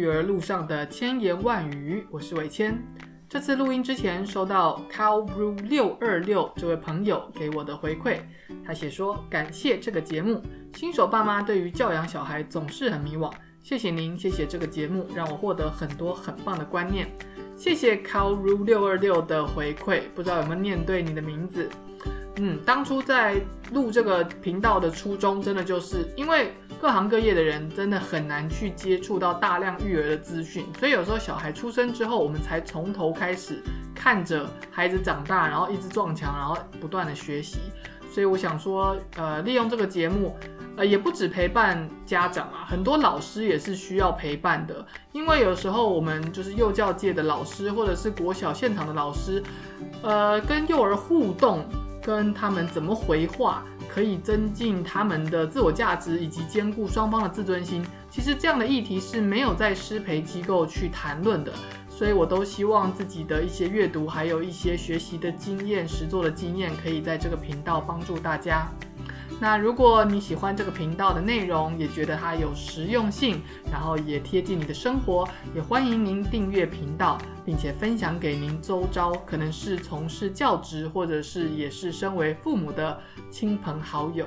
育儿路上的千言万语，我是伟谦。这次录音之前收到 Cowbrew626 这位朋友给我的回馈，他写说感谢这个节目，新手爸妈对于教养小孩总是很迷惘，谢谢您，谢谢这个节目让我获得很多很棒的观念。谢谢 Cowbrew626 的回馈，不知道有没有念对你的名字。当初在录这个频道的初衷真的就是因为各行各业的人真的很难去接触到大量育儿的资讯，所以有时候小孩出生之后我们才从头开始看着孩子长大，然后一直撞墙，然后不断的学习。所以我想说利用这个节目也不只陪伴家长啊，很多老师也是需要陪伴的，因为有时候我们就是幼教界的老师或者是国小现场的老师跟幼儿互动，跟他们怎么回话可以增进他们的自我价值以及兼顾双方的自尊心，其实这样的议题是没有在师培机构去谈论的，所以我都希望自己的一些阅读还有一些学习的经验实作的经验可以在这个频道帮助大家。那如果你喜欢这个频道的内容，也觉得它有实用性，然后也贴近你的生活，也欢迎您订阅频道，并且分享给您周遭可能是从事教职或者是也是身为父母的亲朋好友。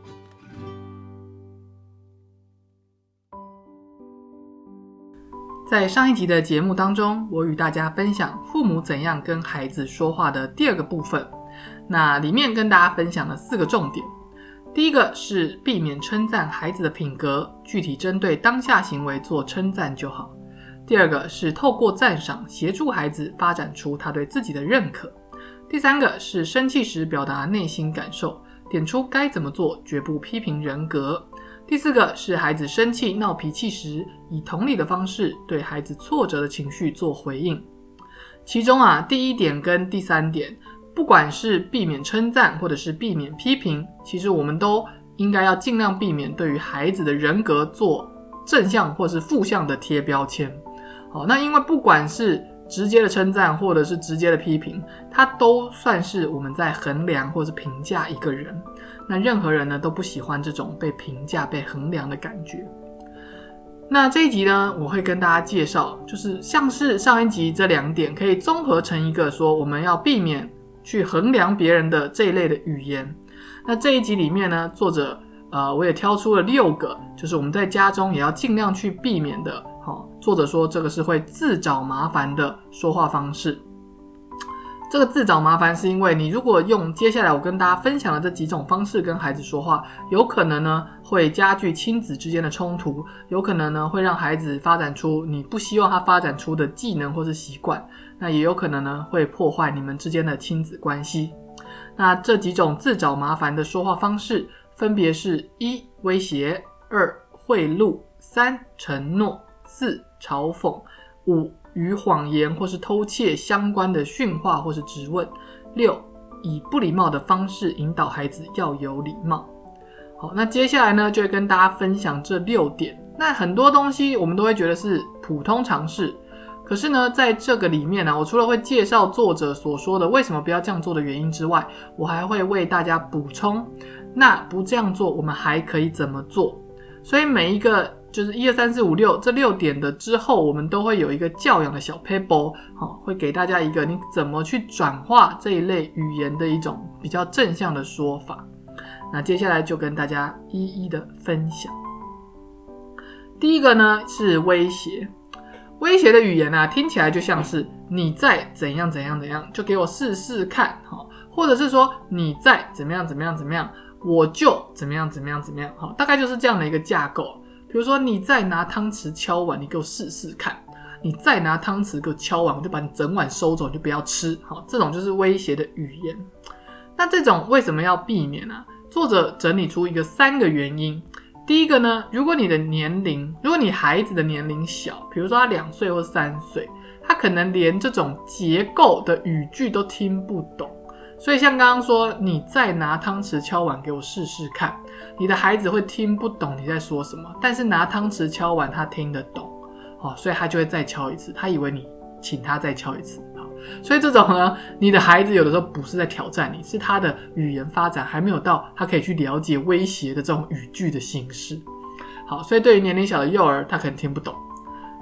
在上一集的节目当中，我与大家分享父母怎样跟孩子说话的第二个部分，那里面跟大家分享了4个重点。第一个是避免称赞孩子的品格，具体针对当下行为做称赞就好。第二个是透过赞赏协助孩子发展出他对自己的认可。第三个是生气时表达内心感受，点出该怎么做，绝不批评人格。第4个是孩子生气闹脾气时，以同理的方式对孩子挫折的情绪做回应。其中第一点跟第3点，不管是避免称赞或者是避免批评，其实我们都应该要尽量避免对于孩子的人格做正向或是负向的贴标签。那因为不管是直接的称赞或者是直接的批评，它都算是我们在衡量或是评价一个人。那任何人呢都不喜欢这种被评价被衡量的感觉。那这一集呢，我会跟大家介绍，就是像是上一集这2点可以综合成一个说我们要避免去衡量别人的这一类的语言。那这一集里面呢，作者我也挑出了6个，就是我们在家中也要尽量去避免的。作者说这个是会自找麻烦的说话方式。这个自找麻烦是因为你如果用接下来我跟大家分享的这几种方式跟孩子说话，有可能呢会加剧亲子之间的冲突，有可能呢会让孩子发展出你不希望他发展出的技能或是习惯，那也有可能呢会破坏你们之间的亲子关系。那这几种自找麻烦的说话方式分别是1威胁，2贿赂，3承诺，4嘲讽，5与谎言或是偷窃相关的训话或是质问，6以不礼貌的方式引导孩子要有礼貌。好，那接下来呢就会跟大家分享这6点。那很多东西我们都会觉得是普通常识，可是呢在这个里面呢，我除了会介绍作者所说的为什么不要这样做的原因之外，我还会为大家补充那不这样做我们还可以怎么做。所以每一个就是1、2、3、4、5、6这6点的之后，我们都会有一个教养的小 paper， 会给大家一个你怎么去转化这一类语言的一种比较正向的说法。那接下来就跟大家一一的分享。第一个呢是威胁。威胁的语言听起来就像是你再怎样怎样怎样就给我试试看，或者是说你再怎么样怎么样怎么样我就怎么样怎么样怎么样，大概就是这样的一个架构。比如说你再拿汤匙敲碗，你给我试试看，你再拿汤匙给我敲碗，我就把你整碗收走，你就不要吃。这种就是威胁的语言。那这种为什么要避免呢？作者整理出一个3个原因。第一个呢，如果你孩子的年龄小，比如说他2岁或3岁，他可能连这种结构的语句都听不懂。所以像刚刚说你再拿汤匙敲碗给我试试看，你的孩子会听不懂你在说什么，但是拿汤匙敲碗他听得懂，所以他就会再敲一次，他以为你请他再敲一次。所以这种呢，你的孩子有的时候不是在挑战你，是他的语言发展还没有到他可以去了解威胁的这种语句的形式。好，所以对于年龄小的幼儿他可能听不懂。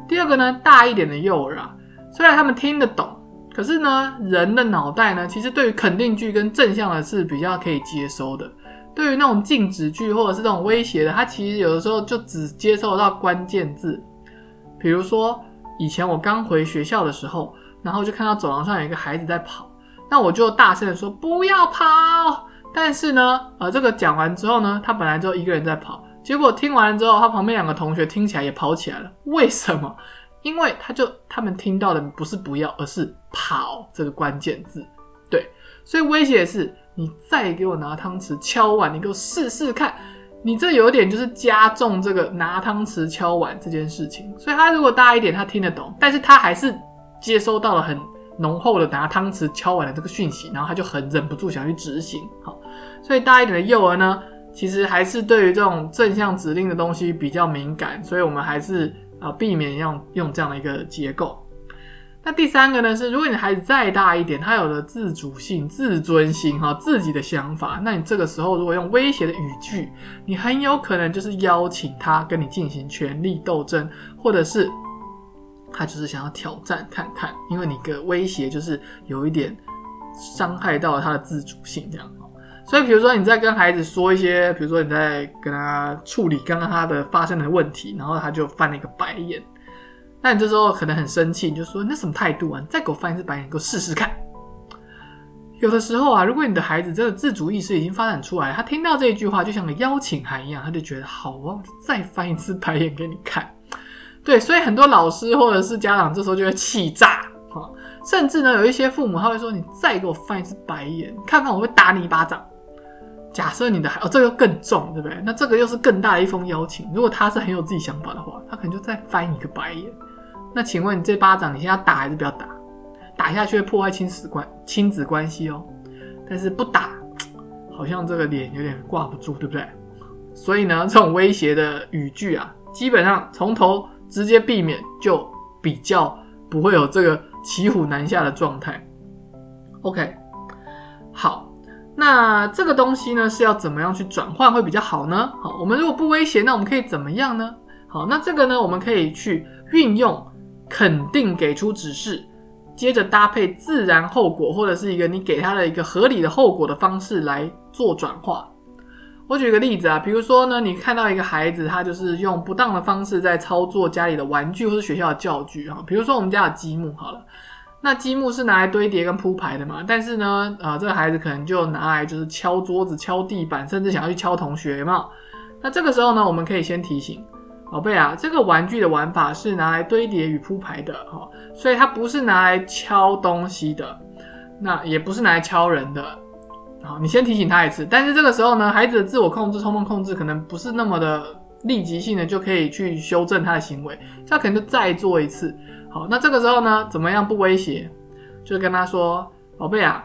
第二个呢，大一点的幼儿啊，虽然他们听得懂，可是呢，人的脑袋呢，其实对于肯定句跟正向的是比较可以接收的。对于那种禁止句或者是这种威胁的，他其实有的时候就只接受到关键字。比如说，以前我刚回学校的时候，然后就看到走廊上有一个孩子在跑，那我就大声的说不要跑。但是呢，这个讲完之后呢，他本来就一个人在跑，结果听完了之后，他旁边两个同学听起来也跑起来了。为什么？因为他们听到的不是不要，而是跑这个关键字。对，所以威胁是你再给我拿汤匙敲碗，你给我试试看。你这有点就是加重这个拿汤匙敲碗这件事情。所以他如果大一点，他听得懂，但是他还是接收到了很浓厚的拿汤匙敲碗的这个讯息，然后他就很忍不住想去执行。好，所以大一点的幼儿呢，其实还是对于这种正向指令的东西比较敏感，所以我们还是避免用这样的一个结构。那第三个呢是，如果你的孩子再大一点，他有了自主性、自尊心、自己的想法，那你这个时候如果用威胁的语句，你很有可能就是邀请他跟你进行权力斗争，或者是他就是想要挑战看看，因为你的威胁就是有一点伤害到了他的自主性这样。所以比如说你在跟孩子说一些，比如说你在跟他处理刚刚他的发生的问题，然后他就翻了一个白眼，那你这时候可能很生气，你就说那什么态度啊，你再给我翻一次白眼，给我试试看。有的时候啊，如果你的孩子真的自主意识已经发展出来，他听到这一句话就像个邀请函一样，他就觉得好啊，我就再翻一次白眼给你看。对，所以很多老师或者是家长这时候就会气炸，甚至呢有一些父母他会说你再给我翻一次白眼，看看我会打你一巴掌。假设你的孩这个更重，对不对？那这个又是更大的一封邀请。如果他是很有自己想法的话，他可能就再翻一个白眼。那请问你这巴掌你现在要打还是不要打？打下去会破坏亲子关系哦。但是不打，好像这个脸有点挂不住，对不对？所以呢，这种威胁的语句啊，基本上从头直接避免，就比较不会有这个骑虎难下的状态。OK， 好。那这个东西呢是要怎么样去转换会比较好呢？好，我们如果不威胁，那我们可以怎么样呢？好，那这个呢我们可以去运用肯定给出指示，接着搭配自然后果或者是一个你给他的一个合理的后果的方式来做转化。我举个例子啊，比如说呢，你看到一个孩子他就是用不当的方式在操作家里的玩具或是学校的教具，比如说我们家的积木好了。那积木是拿来堆叠跟铺排的嘛，但是呢这个孩子可能就拿来就是敲桌子、敲地板，甚至想要去敲同学，有没有？那这个时候呢，我们可以先提醒宝贝啊，这个玩具的玩法是拿来堆叠与铺排的，所以它不是拿来敲东西的，那也不是拿来敲人的。好，你先提醒他一次，但是这个时候呢，孩子的自我控制、冲动控制可能不是那么的立即性的就可以去修正他的行为，他可能就再做一次。好，那这个时候呢，怎么样不威胁？就跟他说，宝贝啊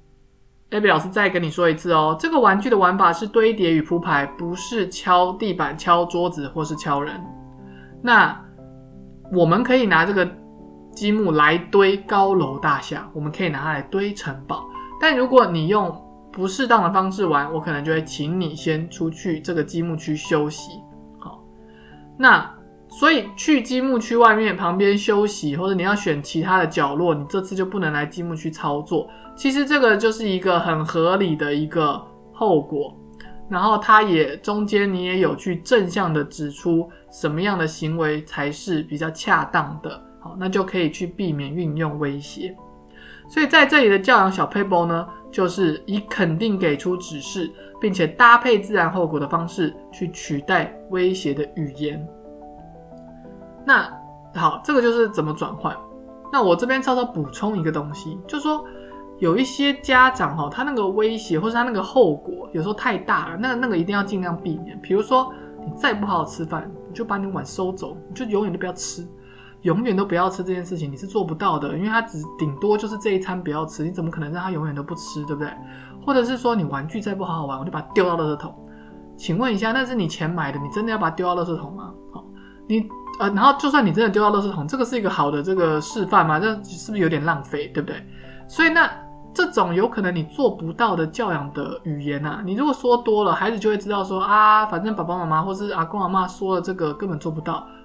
，Abby 老师再跟你说一次哦，这个玩具的玩法是堆叠与铺排，不是敲地板、敲桌子或是敲人。那我们可以拿这个积木来堆高楼大厦，我们可以拿它来堆城堡。但如果你用不适当的方式玩，我可能就会请你先出去这个积木区休息。好，那所以去积木区外面旁边休息，或者你要选其他的角落，你这次就不能来积木区操作。其实这个就是一个很合理的一个后果，然后它也中间你也有去正向的指出什么样的行为才是比较恰当的，好，那就可以去避免运用威胁。所以在这里的教养小 paper 呢，就是以肯定给出指示，并且搭配自然后果的方式去取代威胁的语言。那好，这个就是怎么转换。那我这边稍稍补充一个东西，就是说有一些家长他那个威胁或是他那个后果有时候太大了，那个一定要尽量避免。比如说你再不好好吃饭，你就把你碗收走，你就永远都不要吃，永远都不要吃这件事情你是做不到的，因为他顶多就是这一餐不要吃，你怎么可能让他永远都不吃，对不对？或者是说你玩具再不好好玩，我就把它丢到垃圾桶。请问一下，那是你钱买的，你真的要把它丢到垃圾桶吗？然后就算你真的丢到垃圾桶，这个是一个好的这个示范吗？这是不是有点浪费，对不对？所以那这种有可能你做不到的教养的语言啊，你如果说多了，孩子就会知道说啊，反正爸爸妈妈或是阿公阿嬷说了这个根本做不到，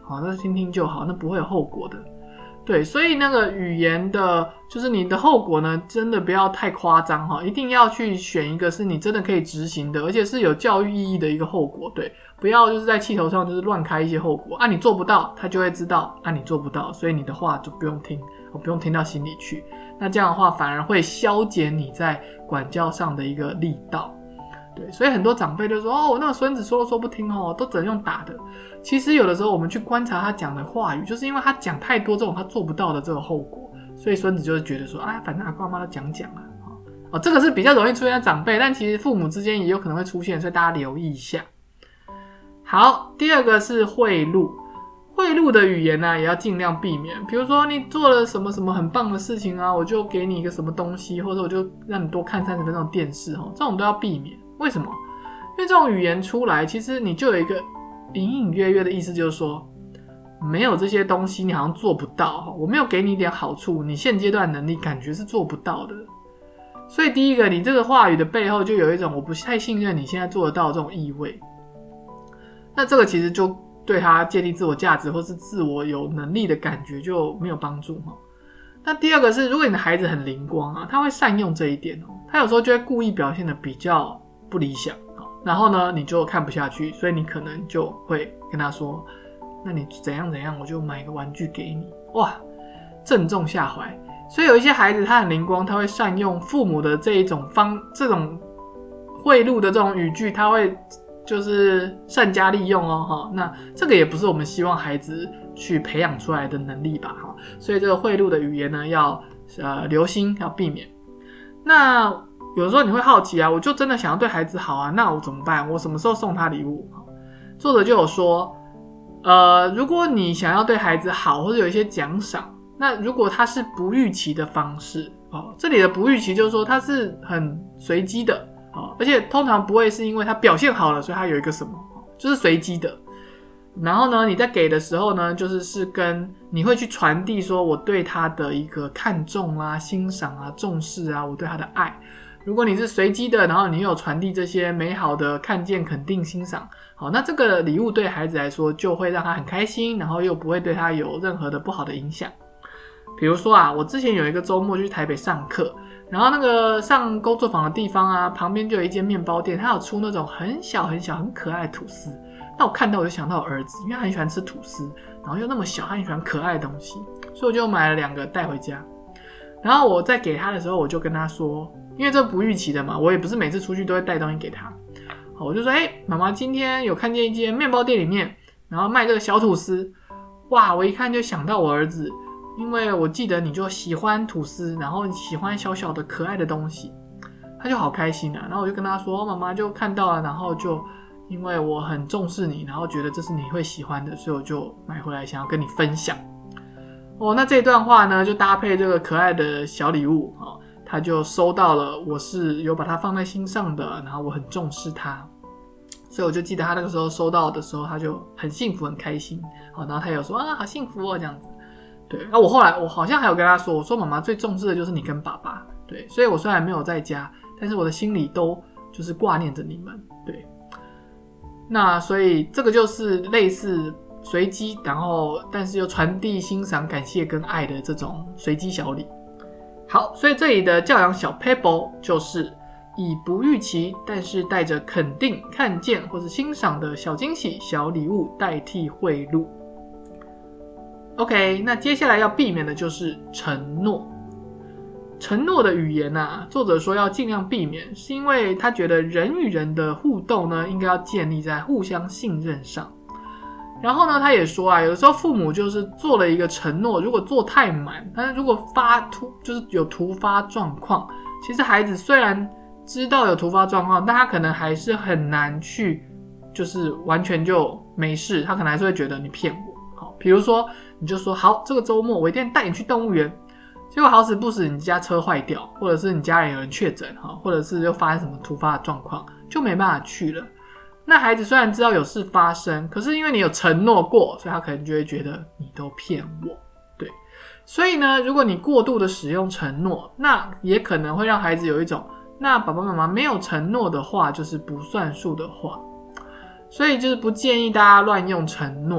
那听听就好，那不会有后果的。对，所以那个语言的就是你的后果呢，真的不要太夸张一定要去选一个是你真的可以执行的，而且是有教育意义的一个后果。对，不要就是在气头上就是乱开一些后果你做不到，他就会知道你做不到，所以你的话就不用听，不用听到心里去。那这样的话反而会消减你在管教上的一个力道。对，所以很多长辈就说那个孙子说都说不听都只能用打的。其实有的时候我们去观察他讲的话语，就是因为他讲太多这种他做不到的这个后果，所以孙子就会觉得说反正阿公阿妈都讲这个是比较容易出现在长辈，但其实父母之间也有可能会出现，所以大家留意一下。好，第二个是贿赂。贿赂的语言也要尽量避免。比如说你做了什么什么很棒的事情我就给你一个什么东西，或者我就让你多看30分钟的电视这种都要避免。为什么？因为这种语言出来，其实你就有一个隐隐约约的意思，就是说没有这些东西你好像做不到，我没有给你一点好处，你现阶段能力感觉是做不到的。所以第一个，你这个话语的背后就有一种我不太信任你现在做得到的这种意味。那这个其实就对他建立自我价值或是自我有能力的感觉就没有帮助。那第二个是，如果你的孩子很灵光他会善用这一点他有时候就会故意表现得比较不理想，然后呢你就看不下去，所以你可能就会跟他说，那你怎样怎样我就买一个玩具给你。哇，正中下怀。所以有一些孩子他很灵光，他会善用父母的这种贿赂的这种语句，他会就是善加利用那这个也不是我们希望孩子去培养出来的能力吧所以这个贿赂的语言呢要留心，要避免。那有时候你会好奇我就真的想要对孩子好那我怎么办？我什么时候送他礼物？作者就有说如果你想要对孩子好或者有一些奖赏，那如果他是不预期的方式这里的不预期就是说他是很随机的而且通常不会是因为他表现好了所以他有一个什么，就是随机的。然后呢你在给的时候呢，就是跟你会去传递说我对他的一个看重欣赏重视我对他的爱。如果你是随机的，然后你有传递这些美好的看见肯定欣赏，那这个礼物对孩子来说就会让他很开心，然后又不会对他有任何的不好的影响。比如说我之前有一个周末去台北上课，然后那个上工作坊的地方旁边就有一间面包店，它有出那种很小很小很可爱的吐司。那我看到我就想到我儿子，因为他很喜欢吃吐司，然后又那么小，他很喜欢可爱的东西，所以我就买了2个带回家。然后我在给他的时候，我就跟他说，因为这不预期的嘛，我也不是每次出去都会带东西给他，我就说妈妈今天有看见一间面包店里面然后卖这个小吐司。哇，我一看就想到我儿子，因为我记得你就喜欢吐司，然后喜欢小小的可爱的东西，他就好开心然后我就跟他说，妈妈就看到了，然后就因为我很重视你，然后觉得这是你会喜欢的，所以我就买回来想要跟你分享。那这段话呢就搭配这个可爱的小礼物他就收到了，我是有把它放在心上的，然后我很重视他。所以我就记得他那个时候收到的时候，他就很幸福很开心然后他有说好幸福这样子。对，我后来我好像还有跟他说，我说妈妈最重视的就是你跟爸爸。对，所以我虽然没有在家，但是我的心里都就是挂念着你们。对，那所以这个就是类似随机，然后但是又传递欣赏感谢跟爱的这种随机小礼。好，所以这里的教养小 pebble 就是以不预期但是带着肯定看见或是欣赏的小惊喜小礼物代替贿赂。OK， 那接下来要避免的就是承诺。承诺的语言作者说要尽量避免，是因为他觉得人与人的互动呢，应该要建立在互相信任上。然后呢，他也说有的时候父母就是做了一个承诺，如果做太满，但是如果就是有突发状况，其实孩子虽然知道有突发状况，但他可能还是很难去就是完全就没事，他可能还是会觉得你骗我。比如说你就说好，这个周末我一定带你去动物园，结果好死不死你家车坏掉，或者是你家人有人确诊，或者是又发生什么突发的状况，就没办法去了。那孩子虽然知道有事发生，可是因为你有承诺过，所以他可能就会觉得你都骗我。对，所以呢，如果你过度的使用承诺，那也可能会让孩子有一种那爸爸妈妈没有承诺的话就是不算数的话。所以就是不建议大家乱用承诺。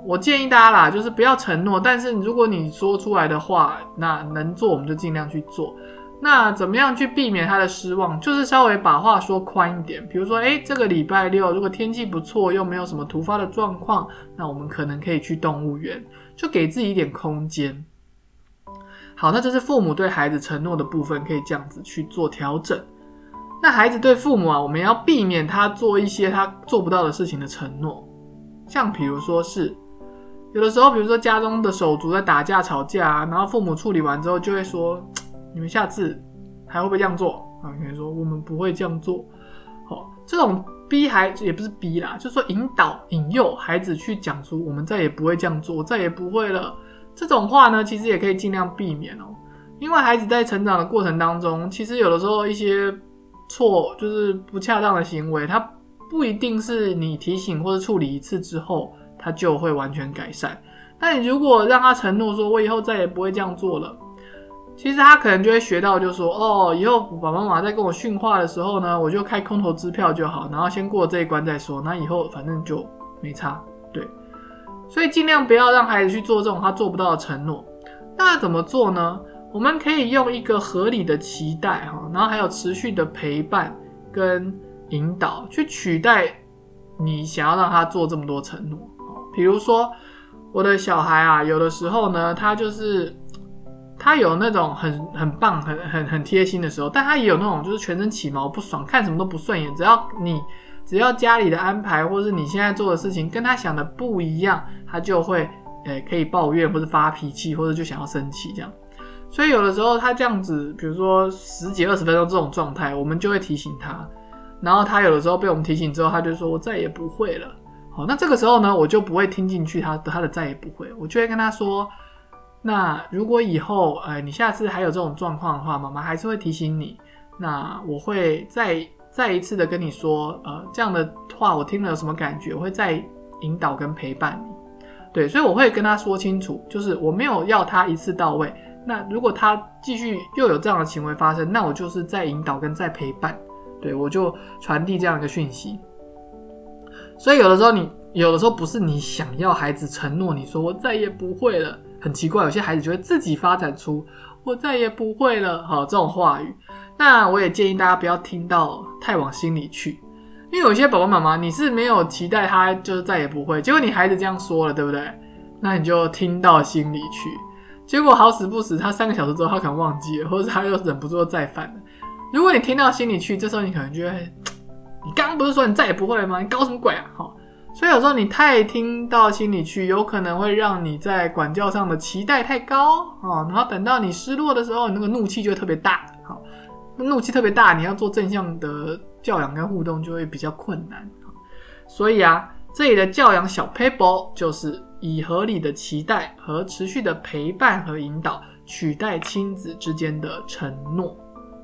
我建议大家啦，就是不要承诺，但是如果你说出来的话，那能做我们就尽量去做。那怎么样去避免他的失望？就是稍微把话说宽一点，比如说这个礼拜六如果天气不错，又没有什么突发的状况，那我们可能可以去动物园，就给自己一点空间。好，那这是父母对孩子承诺的部分，可以这样子去做调整。那孩子对父母我们要避免他做一些他做不到的事情的承诺，像比如说是有的时候，比如说家中的手足在打架吵架然后父母处理完之后就会说，你们下次还会不会这样做？可以说我们不会这样做。这种逼孩子也不是逼啦，就是说引导引诱孩子去讲出我们再也不会这样做，我再也不会了。这种话呢，其实也可以尽量避免因为孩子在成长的过程当中，其实有的时候一些就是不恰当的行为，他不一定是你提醒或者处理一次之后他就会完全改善。但你如果让他承诺说我以后再也不会这样做了，其实他可能就会学到，就说以后爸爸妈妈在跟我训话的时候呢，我就开空头支票就好，然后先过这一关再说，那以后反正就没差。对，所以尽量不要让孩子去做这种他做不到的承诺。那怎么做呢？我们可以用一个合理的期待然后还有持续的陪伴跟引导去取代你想要让他做这么多承诺。比如说我的小孩有的时候呢，他有那种很棒很贴心的时候，但他也有那种就是全身起毛不爽，看什么都不顺眼，只要家里的安排或是你现在做的事情跟他想的不一样，他就会可以抱怨或是发脾气，或者就想要生气这样。所以有的时候他这样子，比如说10几20分钟这种状态，我们就会提醒他，然后他有的时候被我们提醒之后，他就说我再也不会了。好，那这个时候呢，我就不会听进去他的再也不会，我就会跟他说，那如果以后你下次还有这种状况的话，妈妈还是会提醒你，那我会再一次的跟你说这样的话我听了有什么感觉，我会再引导跟陪伴你。对，所以我会跟他说清楚，就是我没有要他一次到位，那如果他继续又有这样的行为发生，那我就是再引导跟再陪伴。对，我就传递这样一个讯息。所以有的时候不是你想要孩子承诺你说我再也不会了，很奇怪，有些孩子就会自己发展出我再也不会了这种话语。那我也建议大家不要听到太往心里去，因为有些爸爸妈妈你是没有期待他就是再也不会，结果你孩子这样说了，对不对？那你就听到心里去，结果好死不死他3个小时之后他可能忘记了，或者他又忍不住再犯了。如果你听到心里去，这时候你可能就会，你刚刚不是说你再也不会了吗？你搞什么鬼啊？所以有时候你太听到心里去，有可能会让你在管教上的期待太高然后等到你失落的时候，你那个怒气就会特别大。怒气特别大，你要做正向的教养跟互动就会比较困难。所以这里的教养小 paper 就是以合理的期待和持续的陪伴和引导取代亲子之间的承诺。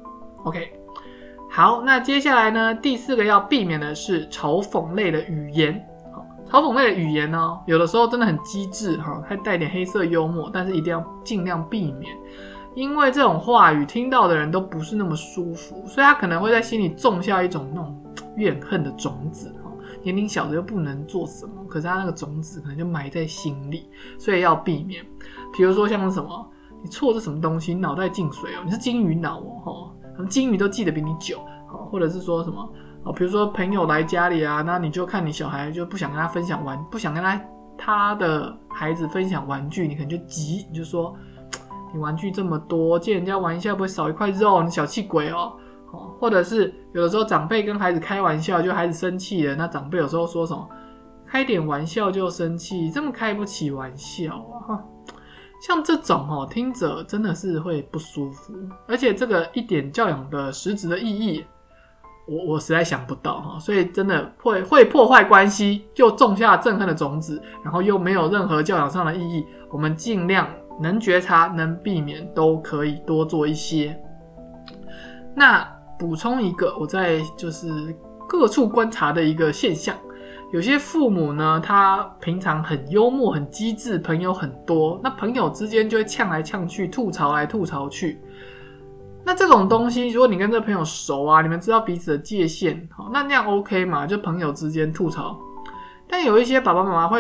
OK， 好，那接下来呢，第4个要避免的是嘲讽类的语言。嘲讽类的语言呢，有的时候真的很机智还带点黑色幽默，但是一定要尽量避免，因为这种话语听到的人都不是那么舒服，所以他可能会在心里种下一种那种怨恨的种子。年龄小的又不能做什么，可是他那个种子可能就埋在心里，所以要避免。比如说像是什么，你错是什么东西，你脑袋进水你是金鱼脑金鱼都记得比你久或者是说什么比如说朋友来家里那你就看你小孩就不想跟他分享不想跟他的孩子分享玩具，你可能就急，你就说你玩具这么多，借人家玩一下不会少一块肉，你小气鬼或者是有的时候长辈跟孩子开玩笑，就孩子生气了，那长辈有时候说什么开点玩笑就生气，这么开不起玩笑像这种听着真的是会不舒服，而且这个一点教养的实质的意义我实在想不到所以真的会破坏关系，又种下憎恨的种子，然后又没有任何教养上的意义。我们尽量能觉察能避免都可以多做一些。那补充一个我在就是各处观察的一个现象，有些父母呢，他平常很幽默很机智，朋友很多，那朋友之间就会呛来呛去，吐槽来吐槽去。那这种东西如果你跟这个朋友熟你们知道彼此的界限那样 OK 嘛，就朋友之间吐槽。但有一些爸爸妈妈会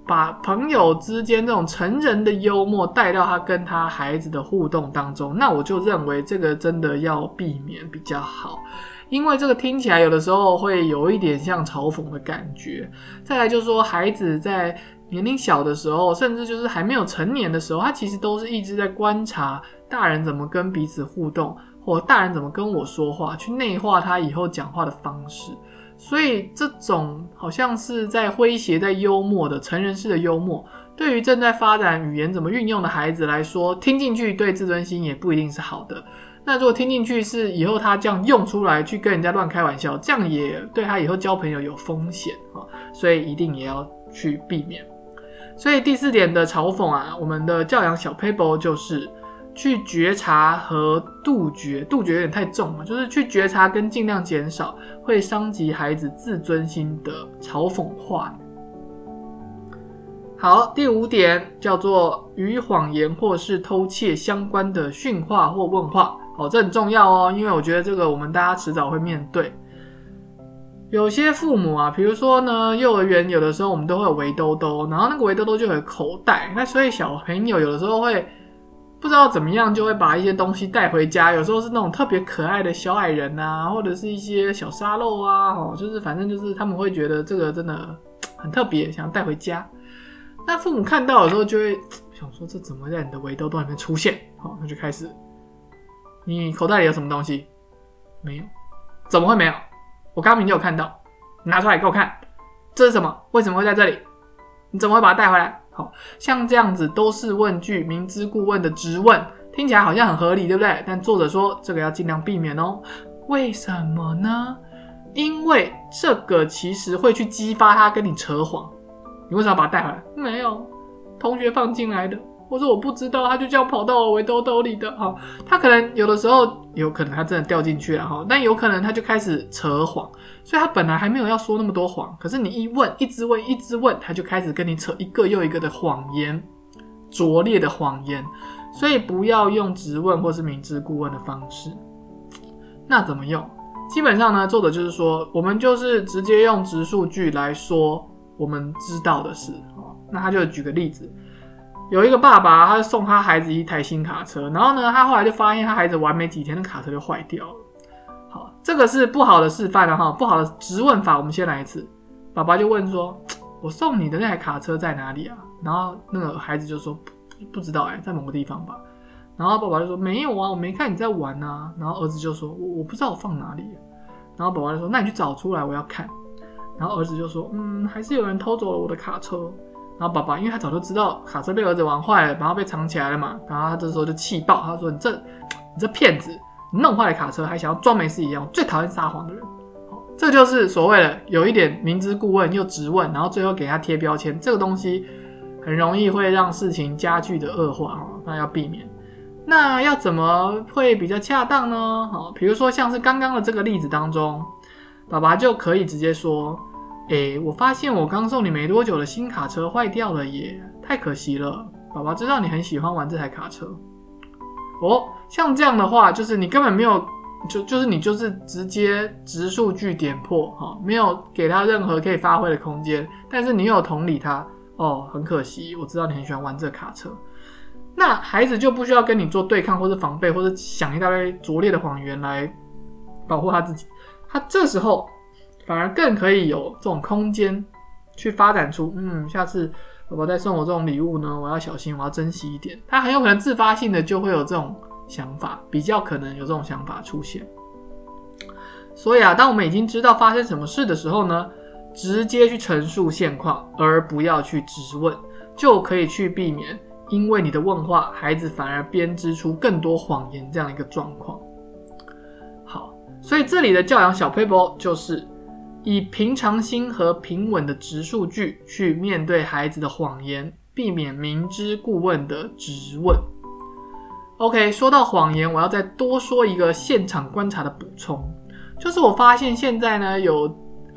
把朋友之间这种成人的幽默带到他跟他孩子的互动当中，那我就认为这个真的要避免比较好，因为这个听起来有的时候会有一点像嘲讽的感觉。再来就是说，孩子在年龄小的时候，甚至就是还没有成年的时候，他其实都是一直在观察大人怎么跟彼此互动，或大人怎么跟我说话，去内化他以后讲话的方式。所以这种好像是在诙谐、在幽默的成人式的幽默，对于正在发展语言怎么运用的孩子来说，听进去对自尊心也不一定是好的。那如果听进去是以后他这样用出来去跟人家乱开玩笑，这样也对他以后交朋友有风险，所以一定也要去避免。所以第4点的嘲讽啊，我们的教养小撇步就是去觉察和杜绝，杜绝有点太重了，就是去觉察跟尽量减少会伤及孩子自尊心的嘲讽话语。好，第5点叫做与谎言或是偷窃相关的训话或问话。这很重要哦，因为我觉得这个我们大家迟早会面对。有些父母啊，比如说呢，幼儿园有的时候我们都会有围兜兜，然后那个围兜兜就有口袋，那所以小朋友有的时候会不知道怎么样就会把一些东西带回家，有时候是那种特别可爱的小矮人啊，或者是一些小沙漏啊，就是反正就是他们会觉得这个真的很特别，想要带回家。那父母看到的时候就会想说，这怎么在你的围兜兜里面出现？那就开始，你口袋里有什么东西？没有。怎么会没有？我刚明就有看到，拿出来给我看，这是什么？为什么会在这里？你怎么会把它带回来？像这样子都是问句，明知故问的质问，听起来好像很合理，对不对？但作者说这个要尽量避免哦。为什么呢？因为这个其实会去激发他跟你扯谎。你为什么要把它带回来？没有，同学放进来的，或者我不知道，他就这样跑到我围兜兜里的。他可能有的时候有可能他真的掉进去了，但有可能他就开始扯谎，所以他本来还没有要说那么多谎，可是你一问，一直问，一直问，他就开始跟你扯一个又一个的谎言，拙劣的谎言。所以不要用质问或是明知故问的方式。那怎么用？基本上呢，作者就是说，我们就是直接用直述句来说我们知道的事。那他就举个例子，有一个爸爸，他送他孩子一台新卡车，然后呢，他后来就发现他孩子玩没几天，那卡车就坏掉了。好，这个是不好的示范了哈，不好的质问法。我们先来一次。爸爸就问说：“我送你的那台卡车在哪里啊？”然后那个孩子就说：“不知道在某个地方吧。”然后爸爸就说：“没有啊，我没看你在玩啊。”然后儿子就说：“我不知道我放哪里。”然后爸爸就说：“那你去找出来，我要看。”然后儿子就说：“还是有人偷走了我的卡车。”然后爸爸因为他早就知道卡车被儿子玩坏了，然后被藏起来了嘛，然后他这时候就气爆，他说：“你这骗子，你弄坏了卡车还想要装没事一样，我最讨厌撒谎的人。”这就是所谓的有一点明知故问又质问，然后最后给他贴标签，这个东西很容易会让事情加剧的恶化，那要避免。那要怎么会比较恰当呢？比如说像是刚刚的这个例子当中，爸爸就可以直接说：“我发现我刚送你没多久的新卡车坏掉了耶，太可惜了。爸爸知道你很喜欢玩这台卡车。”像这样的话，就是你根本没有，就是你就是直接直述句点破，没有给他任何可以发挥的空间，但是你又有同理他，很可惜，我知道你很喜欢玩这卡车。那孩子就不需要跟你做对抗或是防备，或者想一大堆拙劣的谎言来保护他自己，他这时候反而更可以有这种空间去发展出下次爸爸再送我这种礼物呢，我要小心，我要珍惜一点。他很有可能自发性的就会有这种想法，比较可能有这种想法出现。所以当我们已经知道发生什么事的时候呢，直接去陈述现况，而不要去质问，就可以去避免因为你的问话，孩子反而编织出更多谎言这样一个状况。好，所以这里的教养小撇步就是以平常心和平稳的直述句去面对孩子的谎言，避免明知故问的质问。OK， 说到谎言，我要再多说一个现场观察的补充，就是我发现现在呢有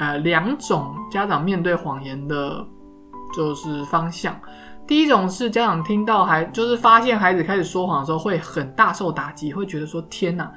2种家长面对谎言的就是方向。第一种是家长听到就是发现孩子开始说谎的时候会很大受打击，会觉得说天哪，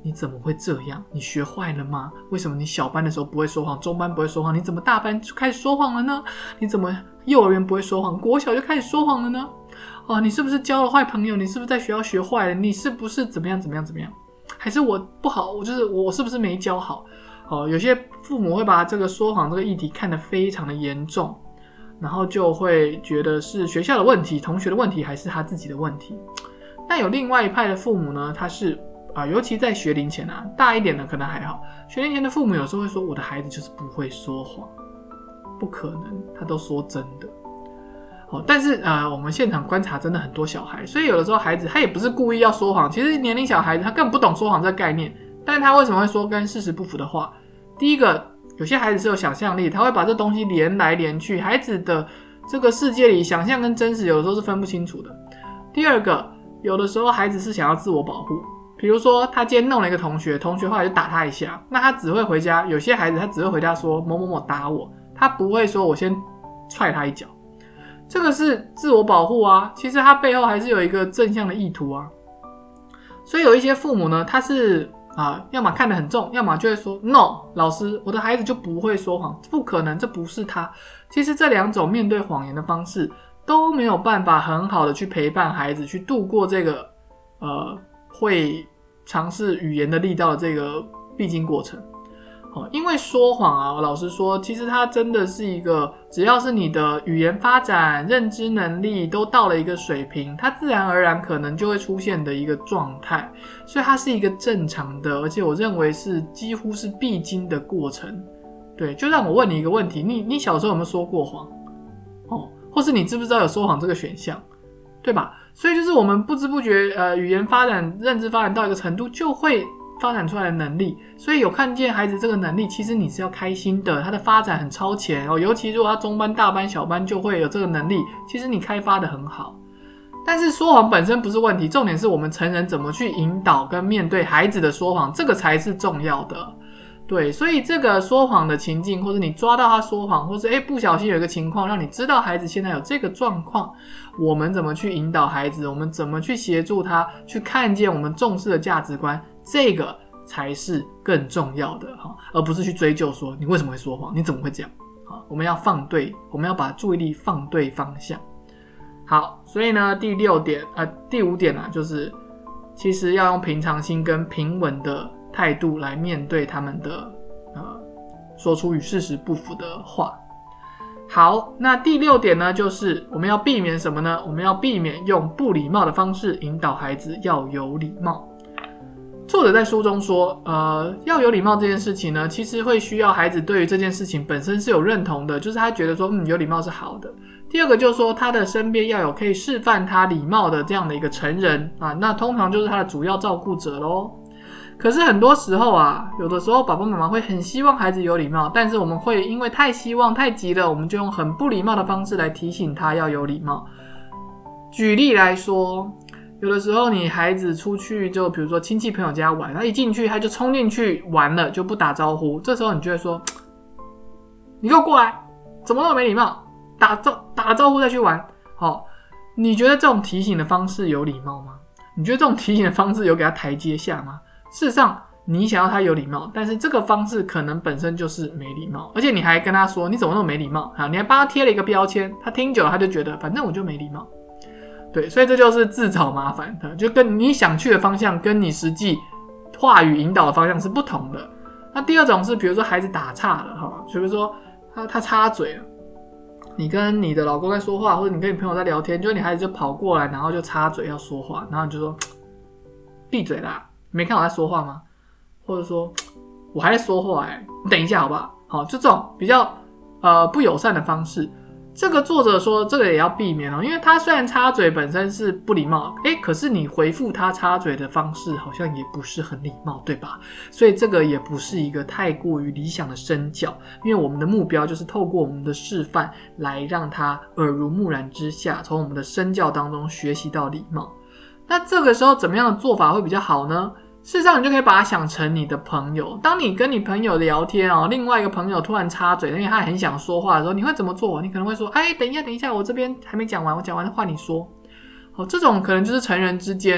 你怎么会这样？你学坏了吗？为什么你小班的时候不会说谎，中班不会说谎，你怎么大班就开始说谎了呢？你怎么幼儿园不会说谎，国小就开始说谎了呢？你是不是交了坏朋友？你是不是在学校学坏了？你是不是怎么样？还是我不好？我是不是没教好？有些父母会把这个说谎这个议题看得非常的严重，然后就会觉得是学校的问题、同学的问题，还是他自己的问题。但有另外一派的父母呢，他是尤其在学龄前大一点的可能还好，学龄前的父母有时候会说，我的孩子就是不会说谎，不可能，他都说真的。但是我们现场观察真的很多小孩，所以有的时候孩子他也不是故意要说谎，其实年龄小孩子他根本不懂说谎这个概念，但是他为什么会说跟事实不符的话？第一个，有些孩子是有想象力，他会把这东西连来连去，孩子的这个世界里想象跟真实有的时候是分不清楚的。第二个，有的时候孩子是想要自我保护，比如说他今天弄了一个同学后来就打他一下，那他只会回家，有些孩子他只会回家说某某某打我，他不会说我先踹他一脚，这个是自我保护啊，其实他背后还是有一个正向的意图啊。所以有一些父母呢，他是要么看得很重，要么就会说 no， 老师，我的孩子就不会说谎，不可能，这不是他。其实这两种面对谎言的方式都没有办法很好的去陪伴孩子去度过这个会尝试语言的力道的这个必经过程。因为说谎老实说，其实它真的是一个，只要是你的语言发展、认知能力都到了一个水平，它自然而然可能就会出现的一个状态，所以它是一个正常的，而且我认为是几乎是必经的过程。对，就让我问你一个问题，你小时候有没有说过谎？或是你知不知道有说谎这个选项？对吧？所以就是我们不知不觉语言发展、认知发展到一个程度，就会发展出来的能力，所以有看见孩子这个能力，其实你是要开心的，他的发展很超前尤其如果他中班、大班、小班就会有这个能力，其实你开发的很好。但是说谎本身不是问题，重点是我们成人怎么去引导跟面对孩子的说谎，这个才是重要的。对，所以这个说谎的情境，或者你抓到他说谎，或是不小心有一个情况让你知道孩子现在有这个状况，我们怎么去引导孩子，我们怎么去协助他去看见我们重视的价值观，这个才是更重要的，而不是去追究说你为什么会说谎，你怎么会这样。我们要放对，我们要把注意力放对方向。好，所以呢第五点就是其实要用平常心跟平稳的态度来面对他们的说出与事实不符的话。好，那第6点呢，就是我们要避免什么呢？我们要避免用不礼貌的方式引导孩子要有礼貌。作者在书中说要有礼貌这件事情呢，其实会需要孩子对于这件事情本身是有认同的，就是他觉得说有礼貌是好的。第二个就是说他的身边要有可以示范他礼貌的这样的一个成人那通常就是他的主要照顾者咯。可是很多时候有的时候爸爸妈妈会很希望孩子有礼貌，但是我们会因为太希望太急了，我们就用很不礼貌的方式来提醒他要有礼貌。举例来说，有的时候你孩子出去就比如说亲戚朋友家玩，他一进去他就冲进去玩了，就不打招呼，这时候你就会说你给我过来，怎么那么没礼貌，打招呼再去玩。你觉得这种提醒的方式有礼貌吗？你觉得这种提醒的方式有给他台阶下吗？事实上你想要他有礼貌，但是这个方式可能本身就是没礼貌，而且你还跟他说你怎么那么没礼貌你还帮他贴了一个标签，他听久了他就觉得反正我就没礼貌。对，所以这就是自找麻烦，就跟你想去的方向跟你实际话语引导的方向是不同的。那第二种是比如说孩子打岔了比如说他插嘴了，你跟你的老公在说话，或者你跟你朋友在聊天，就你孩子就跑过来，然后就插嘴要说话，然后你就说闭嘴啦，你没看我在说话吗？或者说我还在说话你等一下好不好？就这种比较不友善的方式，这个作者说这个也要避免因为他虽然插嘴本身是不礼貌可是你回复他插嘴的方式好像也不是很礼貌，对吧？所以这个也不是一个太过于理想的身教，因为我们的目标就是透过我们的示范来让他耳濡目染之下，从我们的身教当中学习到礼貌。那这个时候怎么样的做法会比较好呢？事实上你就可以把它想成你的朋友，当你跟你朋友聊天另外一个朋友突然插嘴，因为他很想说话的时候，你会怎么做？你可能会说等一下我这边还没讲完，我讲完的话你说这种可能就是成人之间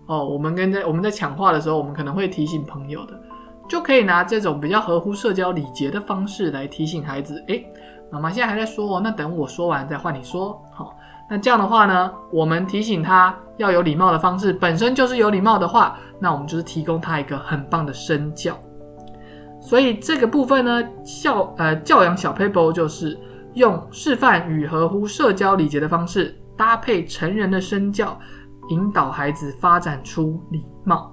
我们在抢话的时候，我们可能会提醒朋友的，就可以拿这种比较合乎社交礼节的方式来提醒孩子，妈妈现在还在说那等我说完再换你说。那这样的话呢，我们提醒他要有礼貌的方式本身就是有礼貌的话，那我们就是提供他一个很棒的身教。所以这个部分呢，教养小 paper 就是用示范与合乎社交礼节的方式搭配成人的身教，引导孩子发展出礼貌。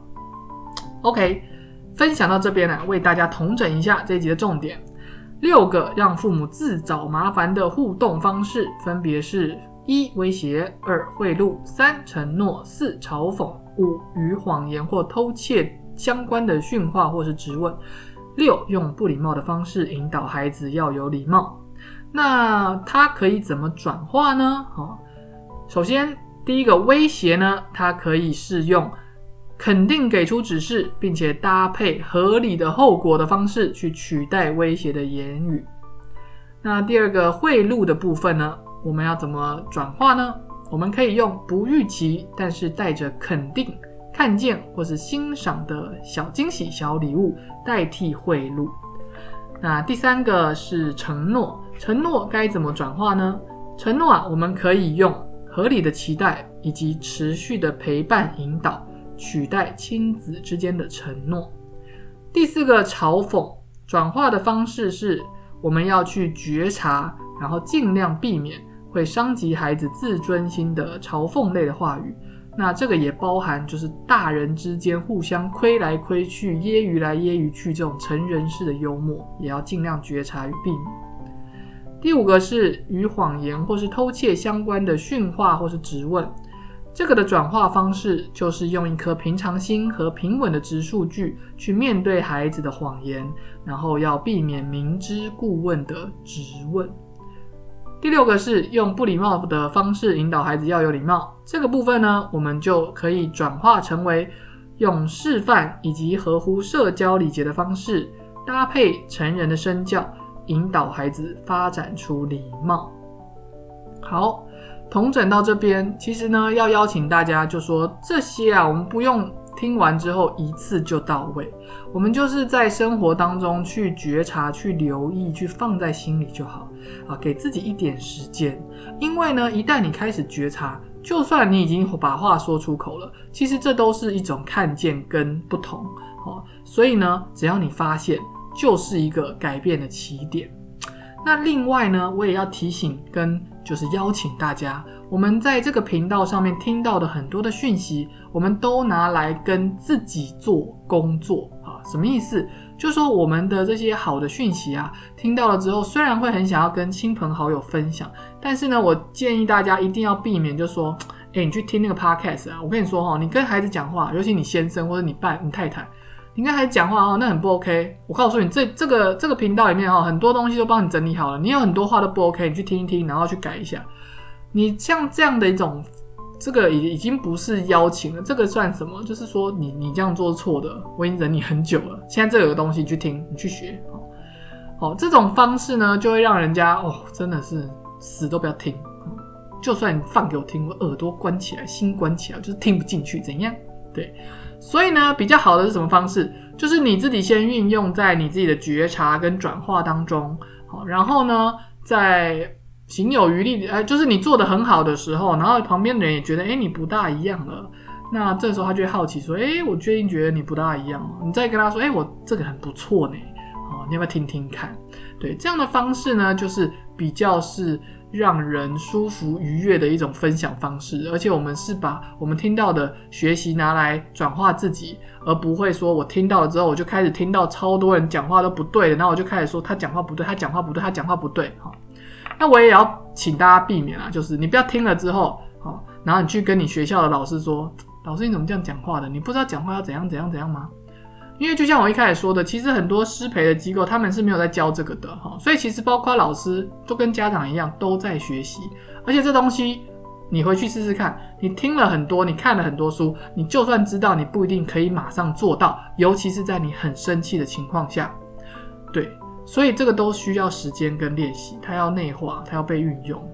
OK， 分享到这边为大家统整一下这一集的重点。6个让父母自找麻烦的互动方式分别是：1. 威胁， 2. 贿赂， 3. 承诺， 4. 嘲讽， 5. 与谎言或偷窃相关的训话或是质问， 6. 用不礼貌的方式引导孩子要有礼貌。那它可以怎么转化呢？首先第一个威胁呢，它可以是用肯定给出指示并且搭配合理的后果的方式去取代威胁的言语。那第二个贿赂的部分呢，我们要怎么转化呢？我们可以用不预期但是带着肯定、看见或是欣赏的小惊喜、小礼物代替贿赂。那第三个是承诺，承诺该怎么转化呢？承诺我们可以用合理的期待以及持续的陪伴引导取代亲子之间的承诺。第四个嘲讽，转化的方式是我们要去觉察，然后尽量避免会伤及孩子自尊心的嘲讽类的话语。那这个也包含就是大人之间互相亏来亏去、揶揄来揶揄去这种成人式的幽默，也要尽量觉察与避免。第五个是与谎言或是偷窃相关的训话或是质问。这个的转化方式就是用一颗平常心和平稳的直述句去面对孩子的谎言，然后要避免明知故问的质问。第六个是用不礼貌的方式引导孩子要有礼貌。这个部分呢，我们就可以转化成为用示范以及合乎社交礼节的方式搭配成人的身教，引导孩子发展出礼貌。好，统整到这边，其实呢，要邀请大家就说这些我们不用听完之后一次就到位，我们就是在生活当中去觉察、去留意、去放在心里就好给自己一点时间。因为呢，一旦你开始觉察，就算你已经把话说出口了，其实这都是一种看见跟不同所以呢，只要你发现，就是一个改变的起点。那另外呢，我也要提醒跟就是邀请大家，我们在这个频道上面听到的很多的讯息，我们都拿来跟自己做工作什么意思？就是说我们的这些好的讯息听到了之后，虽然会很想要跟亲朋好友分享，但是呢，我建议大家一定要避免就说你去听那个 podcast 我跟你说你跟孩子讲话，尤其你先生或者你太太，你跟孩子讲话那很不 OK。我告诉你，这个频道里面很多东西都帮你整理好了，你有很多话都不 OK， 你去听一听，然后去改一下。你像这样的一种，这个已经不是邀请了，这个算什么？就是说你这样做是错的，我已经忍你很久了，现在这个东西你去听，你去学。这种方式呢，就会让人家真的是死都不要听。就算你放给我听，我耳朵关起来，心关起来，就是听不进去，怎样？对。所以呢，比较好的是什么方式？就是你自己先运用在你自己的觉察跟转化当中，然后呢，在行有余力，就是你做得很好的时候，然后旁边的人也觉得，你不大一样了，那这时候他就会好奇说，我最近觉得你不大一样你再跟他说，我这个很不错呢，你要不要听听看？对，这样的方式呢，就是比较是让人舒服愉悦的一种分享方式，而且我们是把我们听到的学习拿来转化自己，而不会说我听到了之后我就开始听到超多人讲话都不对的，然后我就开始说他讲话不对，他讲话不对，他讲话不对。那我也要请大家避免就是你不要听了之后然后你去跟你学校的老师说，老师你怎么这样讲话的？你不知道讲话要怎样怎样怎样吗？因为就像我一开始说的，其实很多师培的机构他们是没有在教这个的所以其实包括老师都跟家长一样都在学习，而且这东西你回去试试看，你听了很多，你看了很多书，你就算知道，你不一定可以马上做到，尤其是在你很生气的情况下。对，所以这个都需要时间跟练习，它要内化，它要被运用。那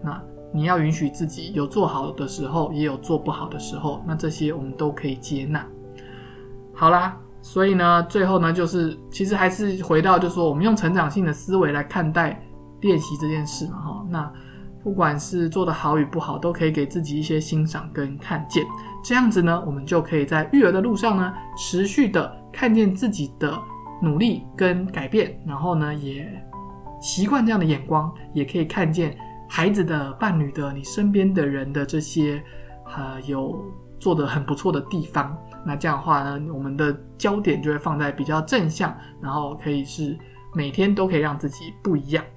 你要允许自己有做好的时候，也有做不好的时候，那这些我们都可以接纳。好啦，所以呢，最后呢，就是其实还是回到就是说，我们用成长性的思维来看待练习这件事嘛，那不管是做得好与不好，都可以给自己一些欣赏跟看见。这样子呢，我们就可以在育儿的路上呢，持续的看见自己的努力跟改变，然后呢，也习惯这样的眼光，也可以看见孩子的、伴侣的、你身边的人的这些有做得很不错的地方。那这样的话呢，我们的焦点就会放在比较正向，然后可以是每天都可以让自己不一样。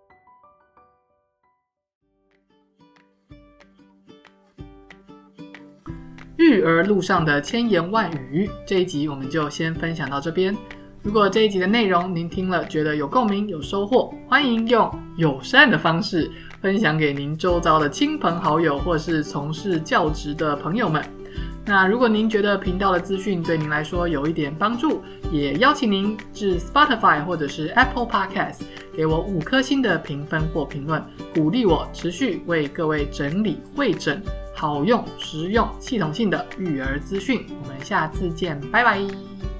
育儿路上的千言万语，这一集我们就先分享到这边。如果这一集的内容您听了觉得有共鸣有收获，欢迎用友善的方式分享给您周遭的亲朋好友或是从事教职的朋友们。那如果您觉得频道的资讯对您来说有一点帮助，也邀请您至 Spotify 或者是 Apple Podcast 给我5颗星的评分或评论，鼓励我持续为各位整理汇整好用、实用、系统性的育儿资讯。我们下次见，拜拜。